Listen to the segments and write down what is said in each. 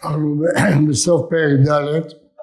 אנחנו בסוף פרק ד'.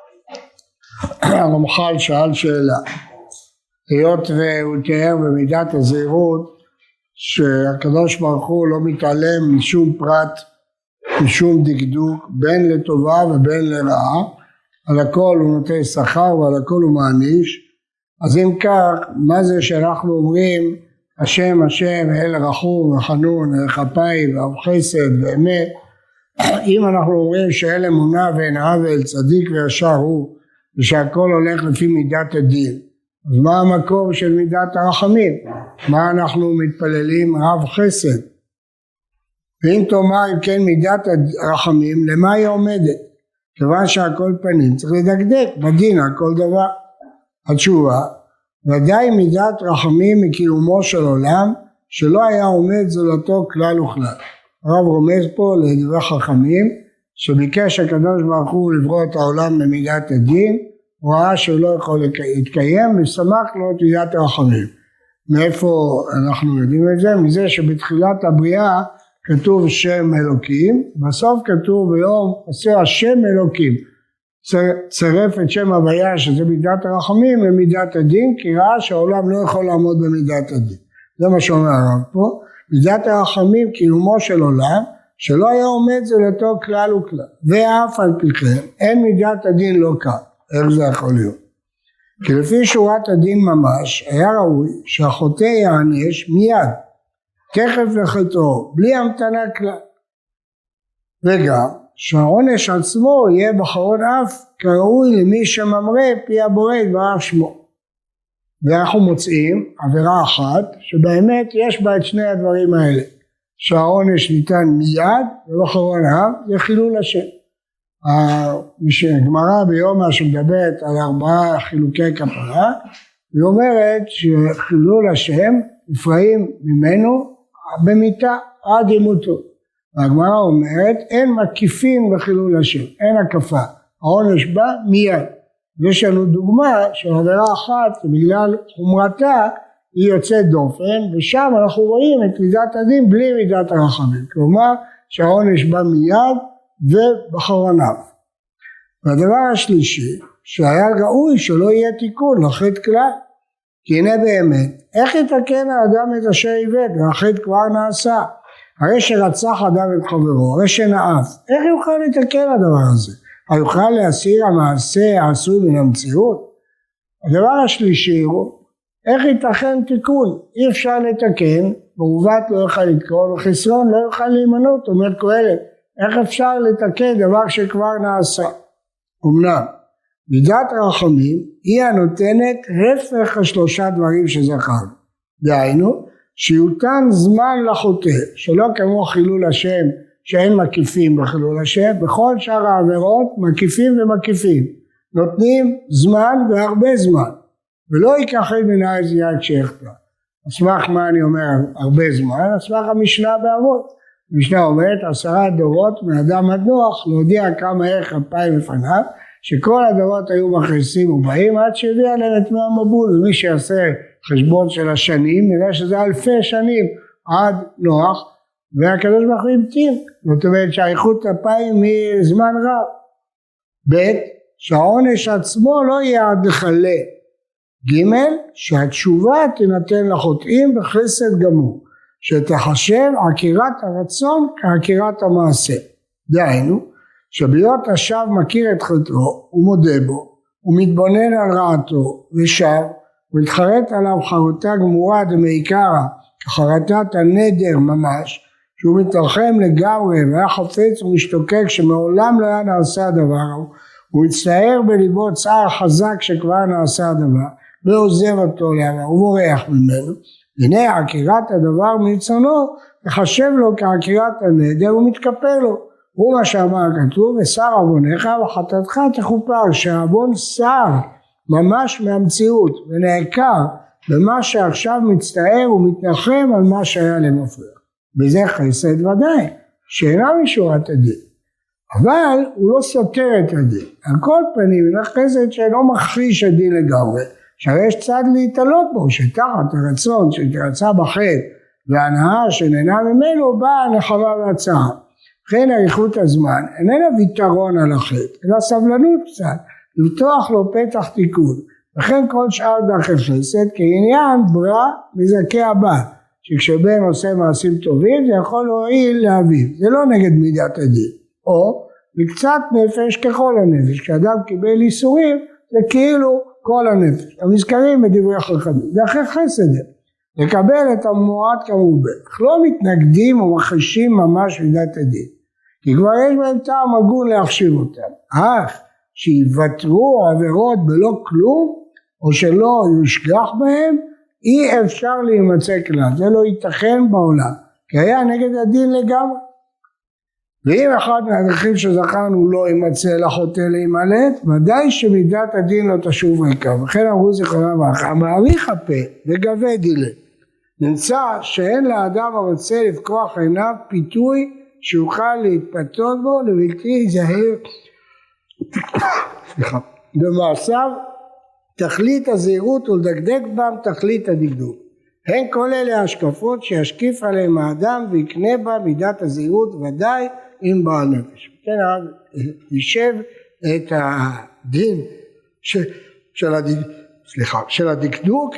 הרמח"ל שאל שאלה, היות והוא תיאר במידת הזהירות שהקדוש ברוך הוא לא מתעלם משום פרט, משום דקדוק, בין לטובה ובין לרעה, על הכל הוא נותן שכר ועל הכל הוא מעניש. אז אם כך, מה זה שאנחנו אומרים השם השם אל רחום וחנון וחפאי ואב חסד ואמת? אם אנחנו אומרים שאל אמונה ואין עוול, צדיק וישר הוא, ושהכל הולך לפי מידת הדין, אז מה המקום של מידת הרחמים? מה אנחנו מתפללים רב חסד? ואם תאמר אם כן מידת הרחמים, למה היא עומדת? כיוון שהכל פנים צריך לדקדק בדין על כל דבר. התשובה, ודאי מידת רחמים מקיומו של עולם שלא היה עומד זולתו כלל וכלל. הרב רומז פה לדברי חכמים שביקש הקדוש ברוך הוא לברוא את העולם במידת הדין, הוא ראה שהוא לא יכול להתקיים ושמח לו את מידת הרחמים. מאיפה אנחנו יודעים את זה? מזה שבתחילת הבריאה כתוב שם אלוקים, בסוף כתוב ביום עשה השם אלוקים, צרף את שם הוויה שזה מידת הרחמים למידת הדין, כי ראה שהעולם לא יכול לעמוד במידת הדין. זה מה שאומר הרב פה, מידת הרחמים קיומו של עולם שלא היה עומד זולתו כלל וכלל, ואף על פי כן אין מידת הדין לא קל. איך זה יכול להיות? כי לפי שורת הדין ממש היה ראוי שהחוטא יענש מיד תכף לחטאו בלי המתנה כלל, וגם שהעונש עצמו יהיה בחרון אף כראוי למי שממרה פי הבורא יתברך שמו. ואנחנו מוצאים עבירה אחת שבאמת יש בה את שני הדברים האלה, שהעונש ניתן מיד ובחרון אף זה חילול השם. הגמרא ביומא שמדברת על 4 חילוקי כפרה, היא אומרת שחילול השם נפרעים ממנו במיתה עד ימותו. והגמרא אומרת אין מקיפין בחילול השם, אין הקפה, העונש בא מיד. יש לנו דוגמה של עבירה אחת בגלל חומרתה היא יוצאת דופן, ושם אנחנו רואים את מידת הדין בלי מידת הרחמים, כלומר שהעונש בא מיד ובחרון אף. והדבר השלישי שהיה ראוי שלא יהיה תיקון לחטא כלל, כי הנה באמת איך יתקן האדם את אשר עיוות והחטא כבר נעשה? הרי שרצח אדם את חברו, הרי שנאף, איך יוכל לתקן הדבר הזה? היוכל להסיר המעשה העשוי מן המציאות? הדבר השלישי הוא איך ייתכן תיקון? אי אפשר לתקן, מעוות לא יוכל לתקון וחסרון לא יוכל להימנות, אומר קהלת. איך אפשר לתקן דבר שכבר נעשה? אמנם מידת הרחמים היא הנותנת הפך 3 דברים שזכרנו, דהיינו שיותן זמן לחוטא, שלא כמו חילול השם שאין מקיפים בחילול השם, בכל שאר העבירות מקיפים ומקיפים, נותנים זמן והרבה זמן, ולא ייקח מנה איזה יד שכתב. אסמך מה אני אומר הרבה זמן? אסמך המשנה באבות. המשנה אומרת 10 דורות מאדם עד נוח להודיע כמה ערך 2000 לפניו, שכל הדורות היו מכניסים ובאים עד שהביאה להם את 100 מבול, ומי שיעשה חשבון של השנים נראה שזה אלפי שנים עד נוח, והקדוש ברוך הוא המתין. זאת אומרת שהאיכות 2000 היא זמן רב. ב' שהעונש עצמו לא יהיה עד לכלה. ג' שהתשובה תינתן לחוטאים בחסד גמור, שתחשב עקירת הרצון כעקירת המעשה. דהיינו שבהיות השב מכיר את חטאו ומודה בו ומתבונן על רעתו ושב ומתחרט עליו חרטה גמורה דמעיקרא כחרטת הנדר ממש, שהוא מתרחם לגמרי והיה חופץ ומשתוקק שמעולם לא היה נעשה הדבר, הוא הצטער בליבו צער חזק שכבר נעשה הדבר ועוזב אותו לעבר ובורח ממנו. הנה עקירת הדבר מרצונו יחשב לו כעקירת הנדר ומתכפר לו. הוא מה שאמר כתוב ושר עוונך וחטאתך תכופר, שהעוון שר ממש מהמציאות ונעקר במה שעכשיו מצטער ומתנחם על מה שהיה למפריע. בזה חסד ודאי שאינה משורת הדין, אבל הוא לא סותר את הדין. על כל פנים אינה חסד שאינו מכחיש הדין לגמרי, שהרי יש צד להתעלות בו, שתחת הרצון שתרצה בחטא והנאה שנהנה ממנו באה הנחמה והצער. לכן אריכות הזמן איננה ויתרון על החטא, אלא סבלנות קצת, לפתוח לו פתח תיקון. לכן כל שאר דרכי חסד כעניין ברא מזכה הבא, שכשבן עושה מעשים טובים זה יכול להועיל לאביו, זה לא נגד מידת הדין. או מקצת נפש ככל הנפש, כשאדם קיבל איסורים זה כאילו כל הנפש, המזכרים בדברי חכמים, זה אחרי חסד, לקבל את המועט כמובן, אך לא מתנגדים ומחשים ממש מידת הדין, כי כבר יש בהם טעם הגון להחשיב אותם, אך שיוותרו עבירות בלא כלום, או שלא יושגח בהם, אי אפשר להימצא כלל, זה לא ייתכן בעולם, כי היה נגד הדין לגמרי. ואם אחד מהדרכים שזכרנו לא יימצא לחוטא להימלט, ודאי שמידת הדין לא תשוב ריקה, וכן אמרו זיכרונם לברכה, מעריך הפה וגבה דילה. נמצא שאין לאדם הרוצה לפקוח עיניו פיתוי שיוכל להתפתות בו לבלתי זהיר במעשיו תכלית הזהירות ולדקדק בם תכלית הדקדוק. הן כל אלה השקפות שישקיף עליהם האדם ויקנה בה מידת הזהירות ודאי עם בעל נפש. כן, יישב את הדין של הדקדוק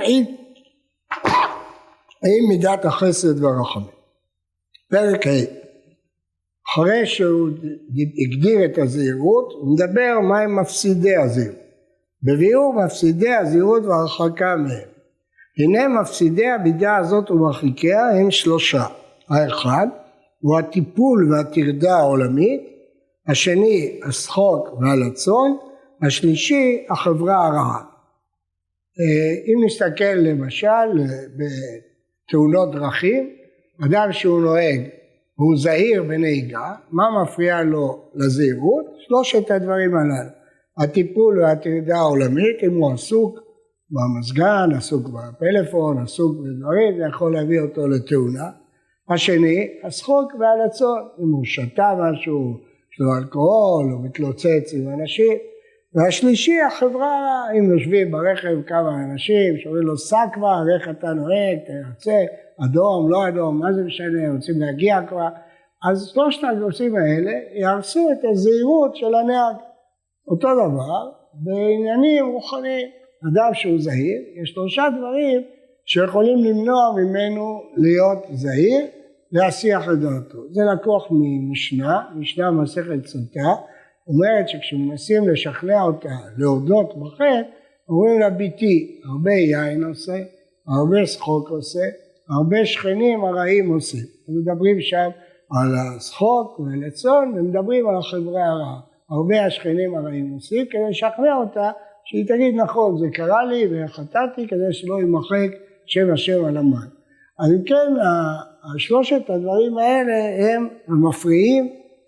עם מידת החסד והרחמים. פרק ה' אחרי שהוא הגדיר את הזהירות, הוא מדבר מהם מפסידי הזהירות. בביאור מפסידי הזהירות והרחקה מהם. הנה מפסידי המידה הזאת ומרחיקיה הם שלושה. האחד הוא הטיפול והטרדה העולמית, השני השחוק והלצון, השלישי החברה הרעה. אם נסתכל למשל בתאונות דרכים, אדם שהוא נוהג והוא זהיר בנהיגה, מה מפריע לו לזהירות? שלושת הדברים הללו. הטיפול והטרדה העולמית, אם הוא עסוק במזגן, עסוק בפלאפון, עסוק בדברים, זה יכול להביא אותו לתאונה. השני, השחוק והלצון, אם הוא שתה משהו, יש לו אלכוהול, הוא מתלוצץ עם אנשים. והשלישי, החברה, אם יושבים ברכב כמה אנשים, שאומרים לו סע כבר, איך אתה נוהג, אתה יוצא, אדום, לא אדום, מה זה משנה, רוצים להגיע כבר. אז שלושת הנושאים האלה יהרסו את הזהירות של הנהג. אותו דבר בעניינים רוחניים. אדם שהוא זהיר, יש שלושה דברים שיכולים למנוע ממנו להיות זהיר להסיח את דעתו. זה לקוח משנה מסכת סוטה, אומרת שכשמנסים לשכנע אותה להודות בחטא, אומרים לה ביתי, הרבה יין עושה, הרבה שחוק עושה, הרבה שכנים הרעים עושים. מדברים שם על השחוק והלצון ומדברים על החברה הרעה. הרבה השכנים הרעים עושים כדי לשכנע אותה שהיא תגיד נכון זה קרה לי וחטאתי כדי שלא יימחק שם השם על המן. אז אם כן שלושת הדברים האלה הם המפריעים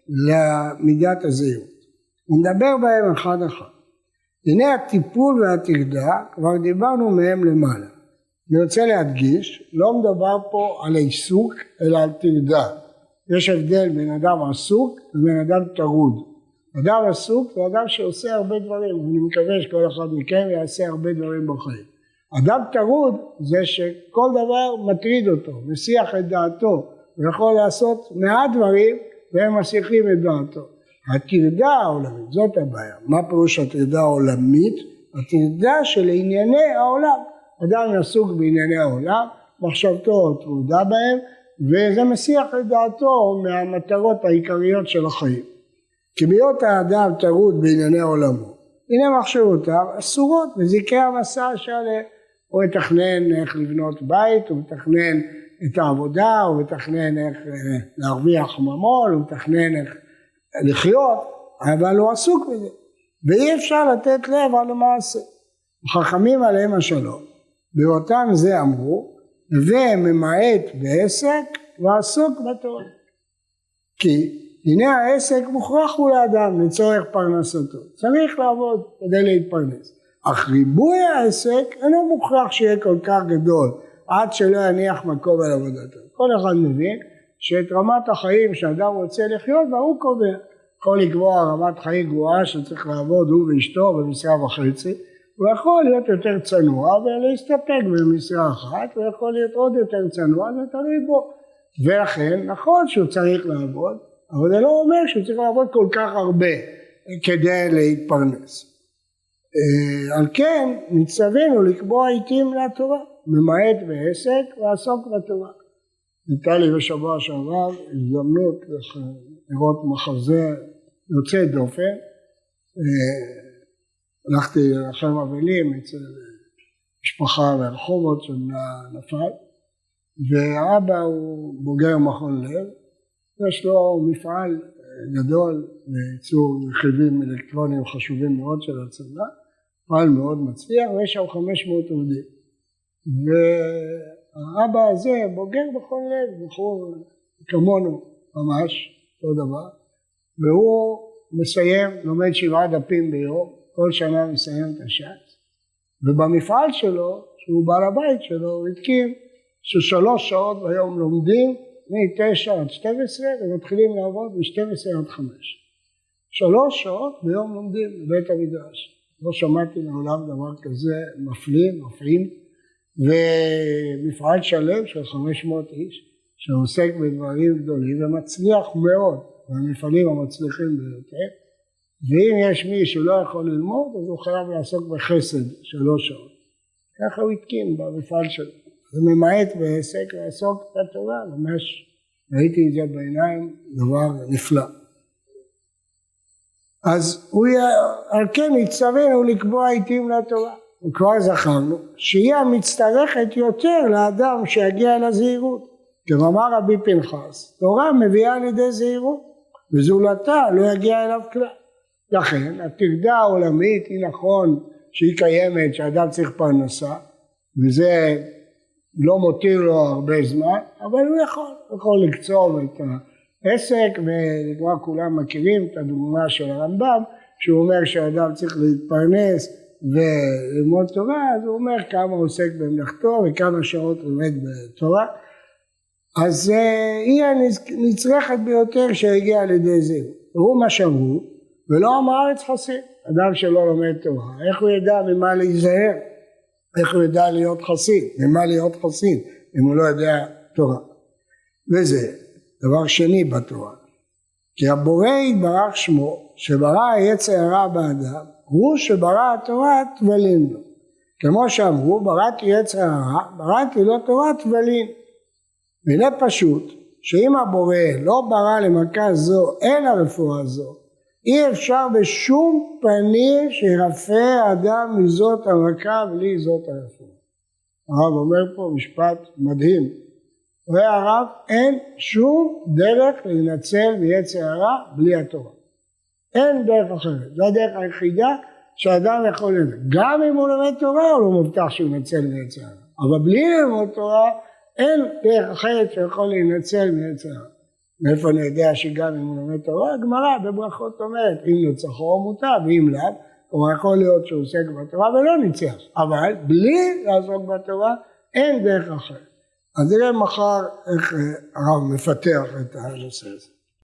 למידת הזהירות. הוא מדבר בהם אחד אחד. הנה הטיפול והטרדה כבר דיברנו מהם למעלה. אני רוצה להדגיש, לא מדבר פה על העיסוק אלא על טרדה. יש הבדל בין אדם עסוק ובין אדם טרוד. אדם עסוק הוא אדם שעושה הרבה דברים, אני מקווה שכל אחד מכם יעשה הרבה דברים בחיים. אדם טרוד זה שכל דבר מטריד אותו, מסיח את דעתו, הוא יכול לעשות מעט דברים והם מסיחים את דעתו. הטרדה העולמית, זאת הבעיה. מה פירוש הטרדה העולמית? הטרדה של ענייני העולם. אדם עסוק בענייני העולם, מחשבתו טרודה בהם, וזה מסיח את דעתו מהמטרות העיקריות של החיים. כי בהיות האדם טרוד בענייני עולמו, הנה מחשבותיו אסורות בזיקי המסע שעליהם. הוא מתכנן איך לבנות בית, הוא מתכנן את העבודה, הוא מתכנן איך להרוויח ממון, הוא מתכנן איך לחיות, אבל הוא עסוק בזה. ואי אפשר לתת לב על המעשה. חכמים עליהם השלום, באותם זה אמרו, וממעט בעסק ועסוק בתורה. כי הנה העסק מוכרח הוא לאדם לצורך פרנסתו. צריך לעבוד כדי להתפרנס. אך ריבוי העסק אינו מוכרח שיהיה כל כך גדול, עד שלא יניח מקום על עבודתו. כל אחד מבין שאת רמת החיים שאדם רוצה לחיות, והוא קובע. יכול לקבוע רמת חיים גבוהה שצריך לעבוד הוא ואשתו במשרה וחצי, הוא יכול להיות יותר צנוע ולהסתפק במשרה אחת, הוא יכול להיות עוד יותר צנוע, זה תלוי בו. ולכן נכון שהוא צריך לעבוד, אבל זה לא אומר שהוא צריך לעבוד כל כך הרבה כדי להתפרנס. על כן נצטווינו לקבוע עיתים לתורה, למעט בעסק ועסוק בתורה. הייתה לי בשבוע שעבר הזדמנות לראות מחזה יוצא דופן. הלכתי לנחם אבלים אצל משפחה ברחובות שנפל, והאבא הוא בוגר מכון לב, יש לו מפעל גדול לייצור רכיבים אלקטרוניים חשובים מאוד של הצבא, מפעל מאוד מצליח, ויש שם 500 עובדים. והאבא הזה בוגר מכון לב, בחור כמונו ממש, אותו דבר, והוא מסיים, לומד 7 דפים ביום, כל שנה מסיים את הש"ס, ובמפעל שלו, שהוא בעל הבית שלו, הוא התקים ש3 שעות ביום לומדים, מ-9 עד 12, ומתחילים לעבוד מ-12 עד 5. 3 שעות ביום לומדים בבית המדרש. לא שמעתי מעולם דבר כזה מפעים, ומפעל שלם של 500 איש, שעוסק בדברים גדולים, ומצליח מאוד, והמפעלים המצליחים ביותר, ואם יש מי שלא יכול ללמוד, אז הוא חייב לעסוק בחסד 3 שעות. ככה הוא התקין במפעל שלו. וממעט בעסק לעסוק בתורה, ממש ראיתי את זה בעיניים, דבר נפלא. אז הוא על כן נצטווינו לקבוע עיתים לתורה. וכבר זכרנו שהיא המצטרכת יותר לאדם שיגיע לזהירות. כמאמר רבי פנחס, תורה מביאה לידי זהירות, וזולתה לא יגיע אליו כלל. לכן התגדה העולמית היא נכון שהיא קיימת, שאדם צריך פרנסה, וזה לא מותיר לו הרבה זמן, אבל הוא יכול לקצוב את העסק, וכבר כולם מכירים את הדוגמה של הרמב"ם, שהוא אומר שהאדם צריך להתפרנס וללמוד תורה, אז הוא אומר כמה הוא עוסק במלאכתו וכמה שעות לומד בתורה, אז היא הנצרכת ביותר שהגיעה לידי זה. והוא מה שאמרו, ולא עם הארץ חסיד, אדם שלא לומד תורה, איך הוא ידע ממה להיזהר? איך הוא ידע להיות חסיד? ממה להיות חסיד אם הוא לא יודע תורה? וזה דבר שני בתורה. כי הבורא יתברך שמו שברא יצר הרע באדם, הוא שברא התורה תבלין לו. כמו שאמרו, בראתי יצר הרע, בראתי לו תורה תבלין. והנה פשוט, שאם הבורא לא ברא למכה זו אין הרפואה זו, אי אפשר בשום פנים שירפא האדם מזאת המכה בלי זאת הרפואה. הרב אומר פה משפט מדהים. והרב אין שום דרך להינצל מיצר הרע בלי התורה. אין דרך אחרת. זו הדרך היחידה שהאדם יכול ללמד. גם אם הוא לומד תורה הוא לא מבטח שהוא ינצל מיצר הרע. אבל בלי ללמוד תורה אין דרך אחרת שיכול להינצל מיצר הרע. מאיפה אני יודע שגם אם הוא לומד תורה, הגמרא בברכות אומרת, אם נצחו מוטב, ואם לאו, הוא יכול להיות שהוא עוסק בתורה ולא ניצח. אבל בלי לעסוק בתורה, אין דרך אחרת. אז נראה מחר איך הרב מפתח את הנושא הזה.